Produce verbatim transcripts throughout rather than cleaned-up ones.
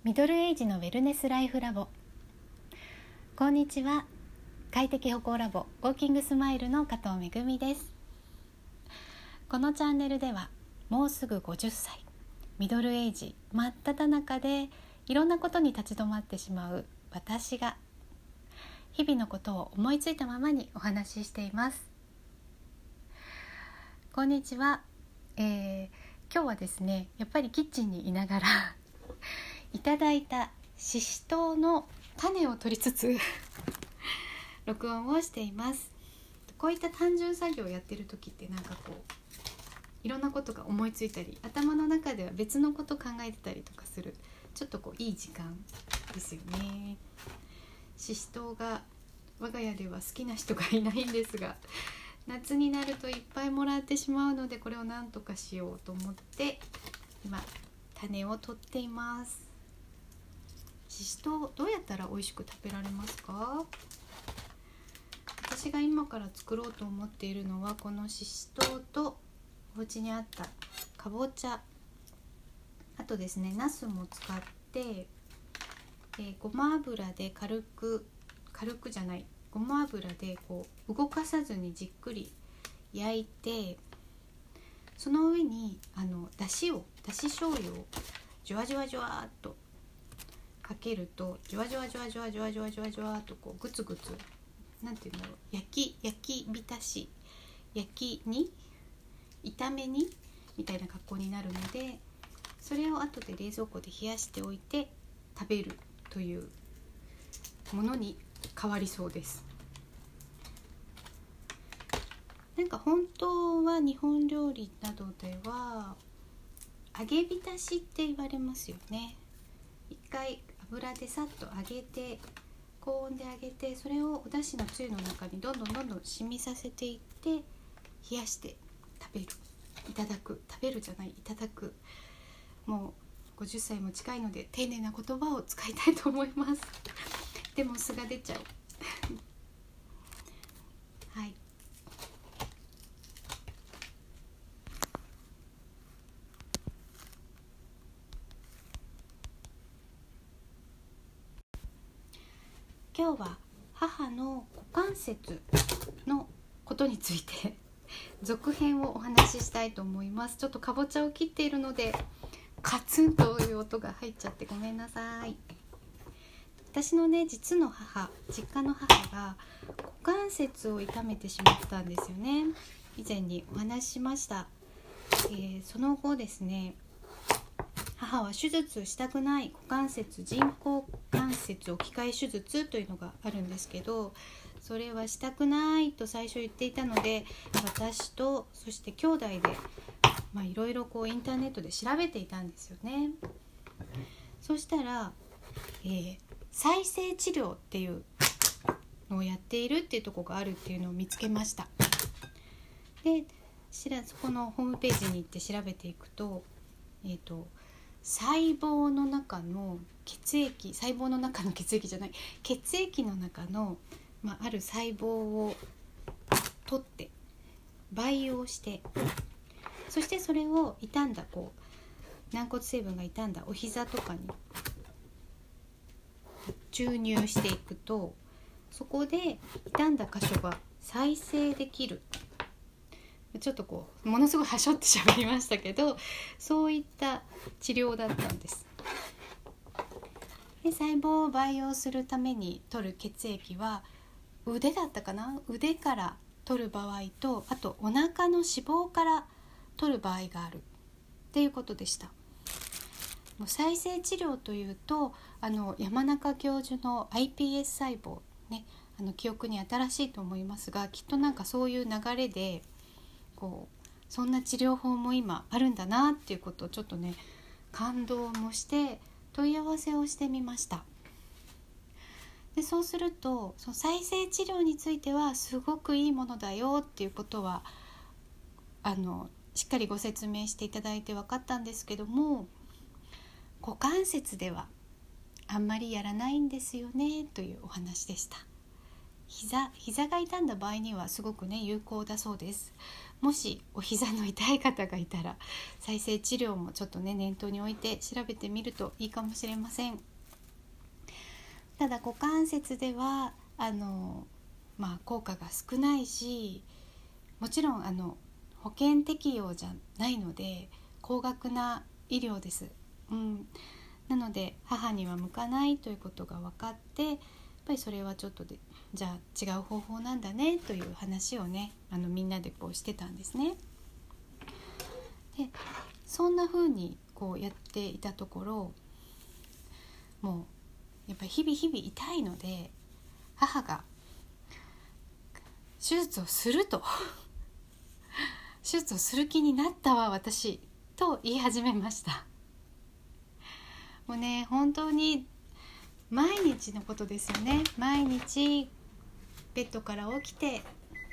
ミドルエイジのウェルネスライフラボ。こんにちは。快適歩行ラボウォーキングスマイルの加藤めぐみです。このチャンネルではもうすぐごじゅっさい、ミドルエイジ真っ只中でいろんなことに立ち止まってしまう私が日々のことを思いついたままにお話ししています。こんにちは、えー、今日はですねやっぱりキッチンにいながらいただいたししとうの種を取りつつ録音をしています。こういった単純作業をやってる時ってなんかこういろんなことが思いついたり、頭の中では別のこと考えてたりとかする、ちょっとこういい時間ですよね。ししとうが我が家では好きな人がいないんですが、夏になるといっぱいもらってしまうので、これをなんとかしようと思って今種を取っています。ししとうどうやったら美味しく食べられますか？私が今から作ろうと思っているのはこのししとうとお家にあったかぼちゃ、あとですねナスも使って、えー、ごま油で軽く軽くじゃないごま油でこう動かさずにじっくり焼いて、その上にあのだしをだし醤油をじゅわじゅわじゅわっとかけると、じゅわじゅわじゅわじゅわじゅわじゅわじゅわじゅわっとこうグツグツ、なんていうんだろう、焼き焼き浸し焼きに炒めにみたいな格好になるので、それを後で冷蔵庫で冷やしておいて食べるというものに変わりそうです。なんか本当は日本料理などでは揚げ浸しって言われますよね。一回油でさっと揚げて、高温で揚げて、それをお出汁のつゆの中にどんどんどんどん染みさせていって冷やして食べる、いただく、食べるじゃないいただく。もうごじゅっさいも近いので丁寧な言葉を使いたいと思いますでも素が出ちゃうはい、今日は母の股関節のことについて続編をお話ししたいと思います。ちょっとかぼちゃを切っているのでカツンという音が入っちゃってごめんなさい。私のね実の母実家の母が股関節を痛めてしまったんですよね。以前にお話ししました。えー、その後ですね、母は手術したくない股関節人工関節置き換え手術というのがあるんですけど、それはしたくないと最初言っていたので、私とそして兄弟でまあいろいろこうインターネットで調べていたんですよね。そしたら、えー、再生治療っていうのをやっているっていうところがあるっていうのを見つけました。で、そこのホームページに行って調べていくと、えーと細胞の中の血液細胞の中の血液じゃない血液の中の、まあ、ある細胞を取って培養して、そしてそれを傷んだこう軟骨成分が傷んだお膝とかに注入していくと、そこで傷んだ箇所が再生できる。ちょっとこうものすごいはしょってしゃべりましたけど、そういった治療だったんです。で、細胞を培養するために取る血液は腕だったかな腕から取る場合と、あとお腹の脂肪から取る場合があるっていうことでした。もう再生治療というと、あの山中教授の アイピーエス 細胞ね、あの記憶に新しいと思いますが、きっとなんかそういう流れでこうそんな治療法も今あるんだなっていうことをちょっとね感動もして問い合わせをしてみました。で、そうするとその再生治療についてはすごくいいものだよっていうことはあのしっかりご説明していただいて分かったんですけども、股関節ではあんまりやらないんですよねというお話でした。膝、膝が傷んだ場合にはすごくね有効だそうです。 もしお膝の痛い方がいたら再生治療もちょっとね念頭に置いて調べてみるといいかもしれません。ただ股関節ではあの、まあ、効果が少ないし、もちろんあの保険適用じゃないので高額な医療です、うん、なので母には向かないということが分かって、やっぱりそれはちょっとでじゃあ違う方法なんだねという話をねあのみんなでこうしてたんですね。でそんな風にこうやっていたところ、もうやっぱり日々日々痛いので母が手術をすると手術をする気になったわ私と言い始めました。もうね本当に毎日のことですよね。毎日ベッドから起きて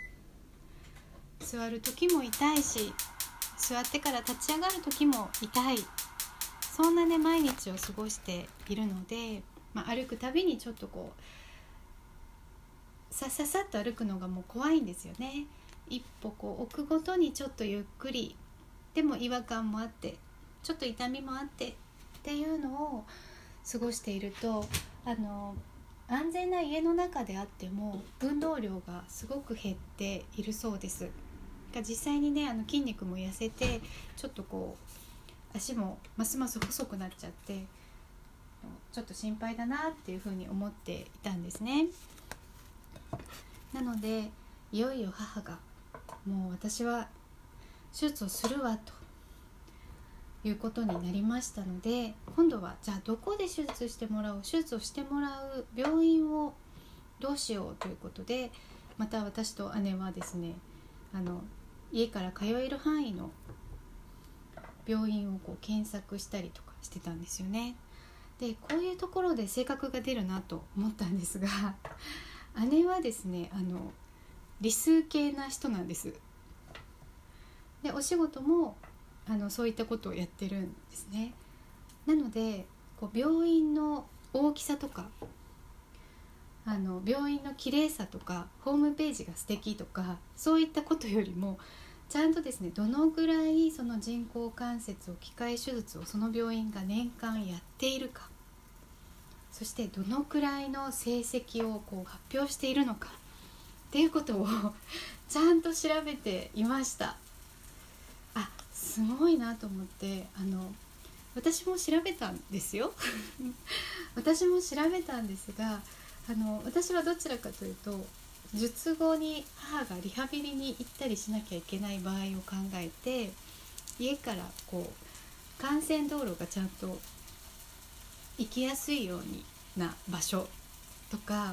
座る時も痛いし、座ってから立ち上がる時も痛い、そんなね毎日を過ごしているので、まあ、歩くたびにちょっとこうさっさっさっと歩くのがもう怖いんですよね。一歩こう置くごとにちょっとゆっくり、でも違和感もあってちょっと痛みもあってっていうのを過ごしていると、あの安全な家の中であっても運動量がすごく減っているそうです。実際にねあの筋肉も痩せてちょっとこう足もますます細くなっちゃってちょっと心配だなっていうふうに思っていたんですね。なのでいよいよ母がもう私は手術をするわということになりましたので、今度はじゃあどこで手術してもらおう、手術をしてもらう病院をどうしようということで、また私と姉はですねあの家から通える範囲の病院をこう検索したりとかしてたんですよね。でこういうところで性格が出るなと思ったんですが姉はですねあの理数系な人なんです。でお仕事もあのそういったことをやってるんですね。なのでこう病院の大きさとかあの病院の綺麗さとかホームページが素敵とかそういったことよりもちゃんとですねどのぐらいその人工関節置き換え手術をその病院が年間やっているか、そしてどのくらいの成績をこう発表しているのかっていうことをちゃんと調べていました。あ、すごいなと思って、あの私も調べたんですよ私も調べたんですが、あの私はどちらかというと術後に母がリハビリに行ったりしなきゃいけない場合を考えて、家からこう幹線道路がちゃんと行きやすいようにな場所とか、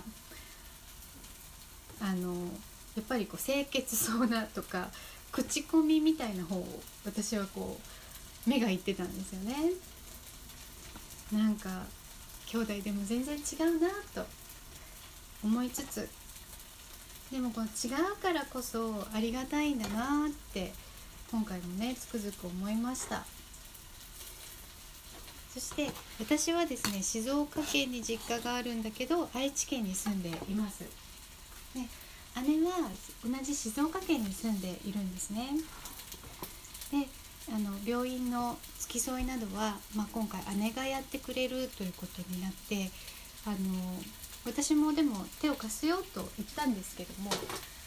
あのやっぱりこう清潔そうなとか口コミみたいな方を私はこう目がいってたんですよね。なんか兄弟でも全然違うなと思いつつ、でもこの違うからこそありがたいんだなって今回もねつくづく思いました。そして私はですね静岡県に実家があるんだけど愛知県に住んでいます、ね、姉は同じ静岡県に住んでいるんですね。であの病院の付き添いなどは、まあ、今回姉がやってくれるということになって、あの私もでも手を貸すよと言ったんですけども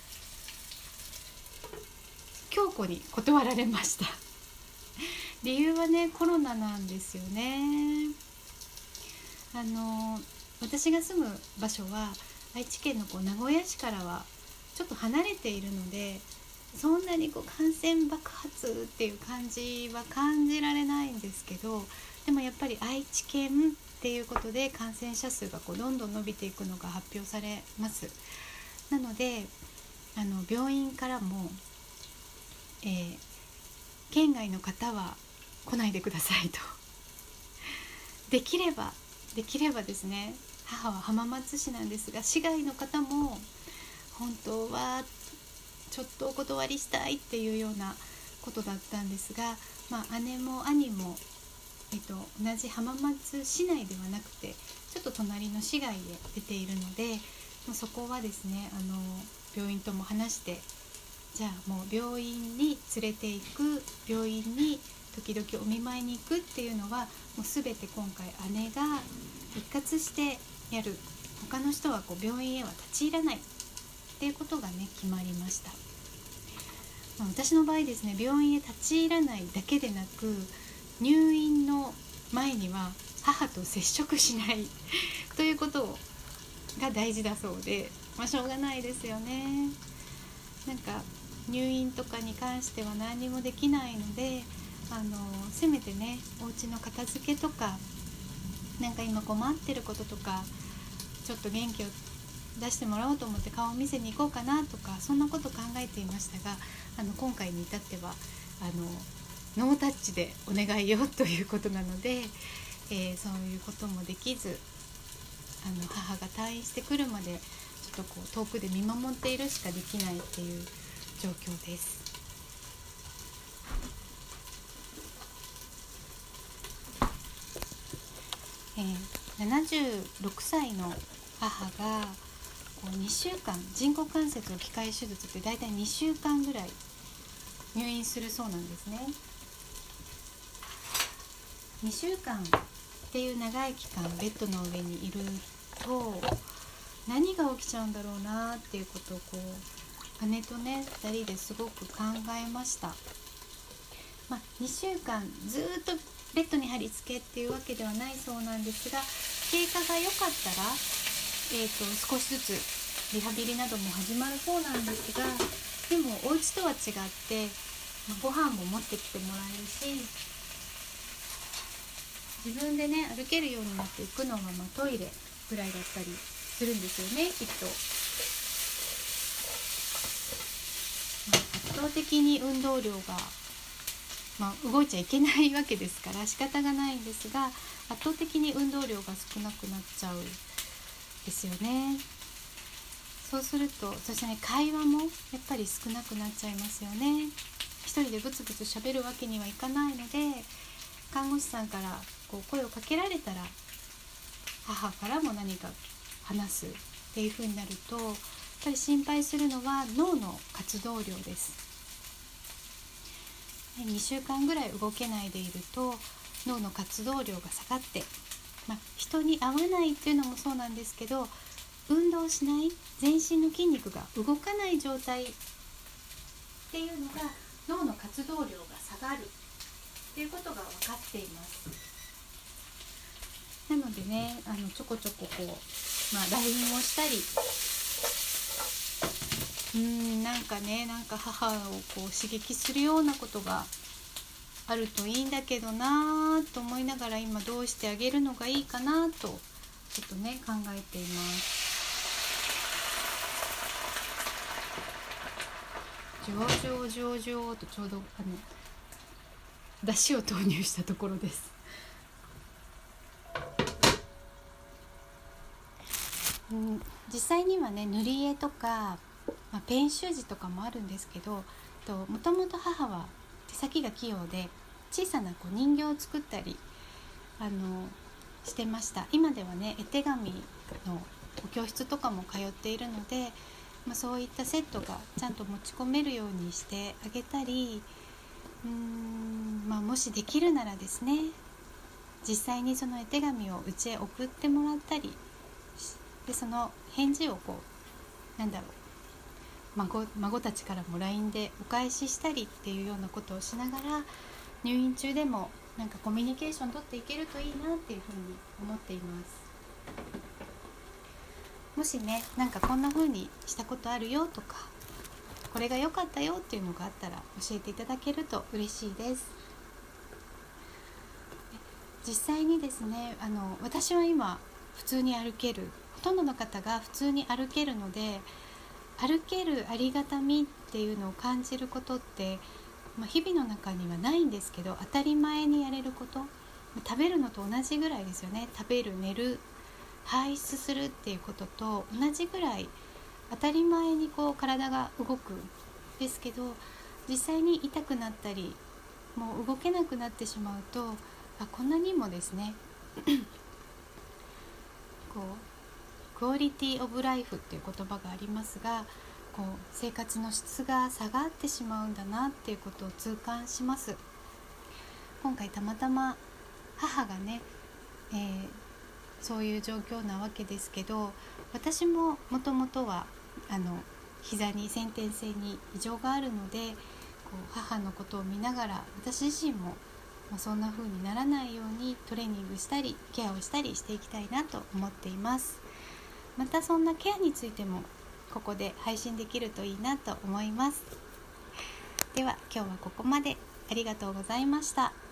強固に断られました理由はねコロナなんですよね。あの私が住む場所は愛知県のこう名古屋市からはちょっと離れているので、そんなにこう感染爆発っていう感じは感じられないんですけど、でもやっぱり愛知県っていうことで感染者数がこうどんどん伸びていくのが発表されます。なのであの病院からも、えー、県外の方は来ないでくださいとできればできればですね、母は浜松市なんですが市外の方も本当はちょっとお断りしたいっていうようなことだったんですが、まあ、姉も兄も、えっと、同じ浜松市内ではなくてちょっと隣の市外で出ているので、そこはですねあの病院とも話してじゃあもう病院に連れて行く、病院に時々お見舞いに行くっていうのはもう全て今回姉が一括してやる。他の人はこう病院へは立ち入らないっていうことがね決まりました。まあ、私の場合ですね、病院へ立ち入らないだけでなく、入院の前には母と接触しないということが大事だそうで、まあしょうがないですよね。なんか入院とかに関しては何もできないので、あのせめてねお家の片付けとか、なんか今困ってることとか、ちょっと元気を出してもらおうと思って顔を見せに行こうかなとか、そんなこと考えていましたが、あの今回に至ってはあのノータッチでお願いよということなので、えー、そういうこともできず、あの母が退院してくるまでちょっとこう遠くで見守っているしかできないっていう状況です。えー、ななじゅうろくさいの母がこうにしゅうかん、人工関節置き換え手術ってだいたいにしゅうかんぐらい入院するそうなんですね。にしゅうかんっていう長い期間ベッドの上にいると何が起きちゃうんだろうなっていうことをこう姉とねふたりですごく考えました。まあ、にしゅうかんずっとベッドに貼り付けっていうわけではないそうなんですが、経過が良かったら、えーと、少しずつリハビリなども始まるそうなんですが、でもお家とは違って、まあ、ご飯も持ってきてもらえるし、自分でね歩けるようになっていくのは、まあ、トイレぐらいだったりするんですよね、きっと。まあ、圧倒的に運動量が、まあ、動いちゃいけないわけですから仕方がないんですが、圧倒的に運動量が少なくなっちゃうですよね。そうすると、そしてね会話もやっぱり少なくなっちゃいますよね。一人でブツブツ喋るわけにはいかないので、看護師さんからこう声をかけられたら母からも何か話すっていう風になると、やっぱり心配するのは脳の活動量です。にしゅうかんぐらい動けないでいると脳の活動量が下がって、まあ、人に合わないっていうのもそうなんですけど、運動しない、全身の筋肉が動かない状態っていうのが脳の活動量が下がるっていうことが分かっています。なのでね、あのちょこちょここう、まあ、ライン をしたり、うーんなんかねなんか母をこう刺激するようなことがあるといいんだけどなと思いながら、今どうしてあげるのがいいかなとちょっとね考えています。ジュオジュオジュオジュオとちょうどあの出汁を投入したところです。うん、実際にはね塗り絵とか、まあ、ペン習字とかもあるんですけど、ともともと母は手先が器用で小さなこう人形を作ったりあのしてました。今ではね絵手紙の教室とかも通っているので、まあ、そういったセットがちゃんと持ち込めるようにしてあげたり、うーん、まあ、もしできるならですね、実際にその絵手紙をうちへ送ってもらったりで、その返事をこうなんだろう 孫, 孫たちからも ライン でお返ししたりっていうようなことをしながら、入院中でもなんかコミュニケーション取っていけるといいなっていうふうに思っています。もしねなんかこんな風にしたことあるよとか、これが良かったよっていうのがあったら教えていただけると嬉しいです。実際にですね、あの私は今普通に歩ける、ほとんどの方が普通に歩けるので、歩けるありがたみっていうのを感じることって、まあ、日々の中にはないんですけど、当たり前にやれること、食べるのと同じぐらいですよね。食べる、寝る、排出するっていうことと同じぐらい当たり前にこう体が動くんですけど、実際に痛くなったりもう動けなくなってしまうと、あこんなにもですねこうクオリティオブライフっていう言葉がありますが、 こう生活の質が下がってしまうんだなっていうことを痛感します。今回たまたま母がね、えー、そういう状況なわけですけど、私ももともとはあの膝に先天性に異常があるので、こう母のことを見ながら私自身も、まあ、そんな風にならないようにトレーニングしたりケアをしたりしていきたいなと思っています。またそんなケアについてもここで配信できるといいなと思います。では今日はここまで。ありがとうございました。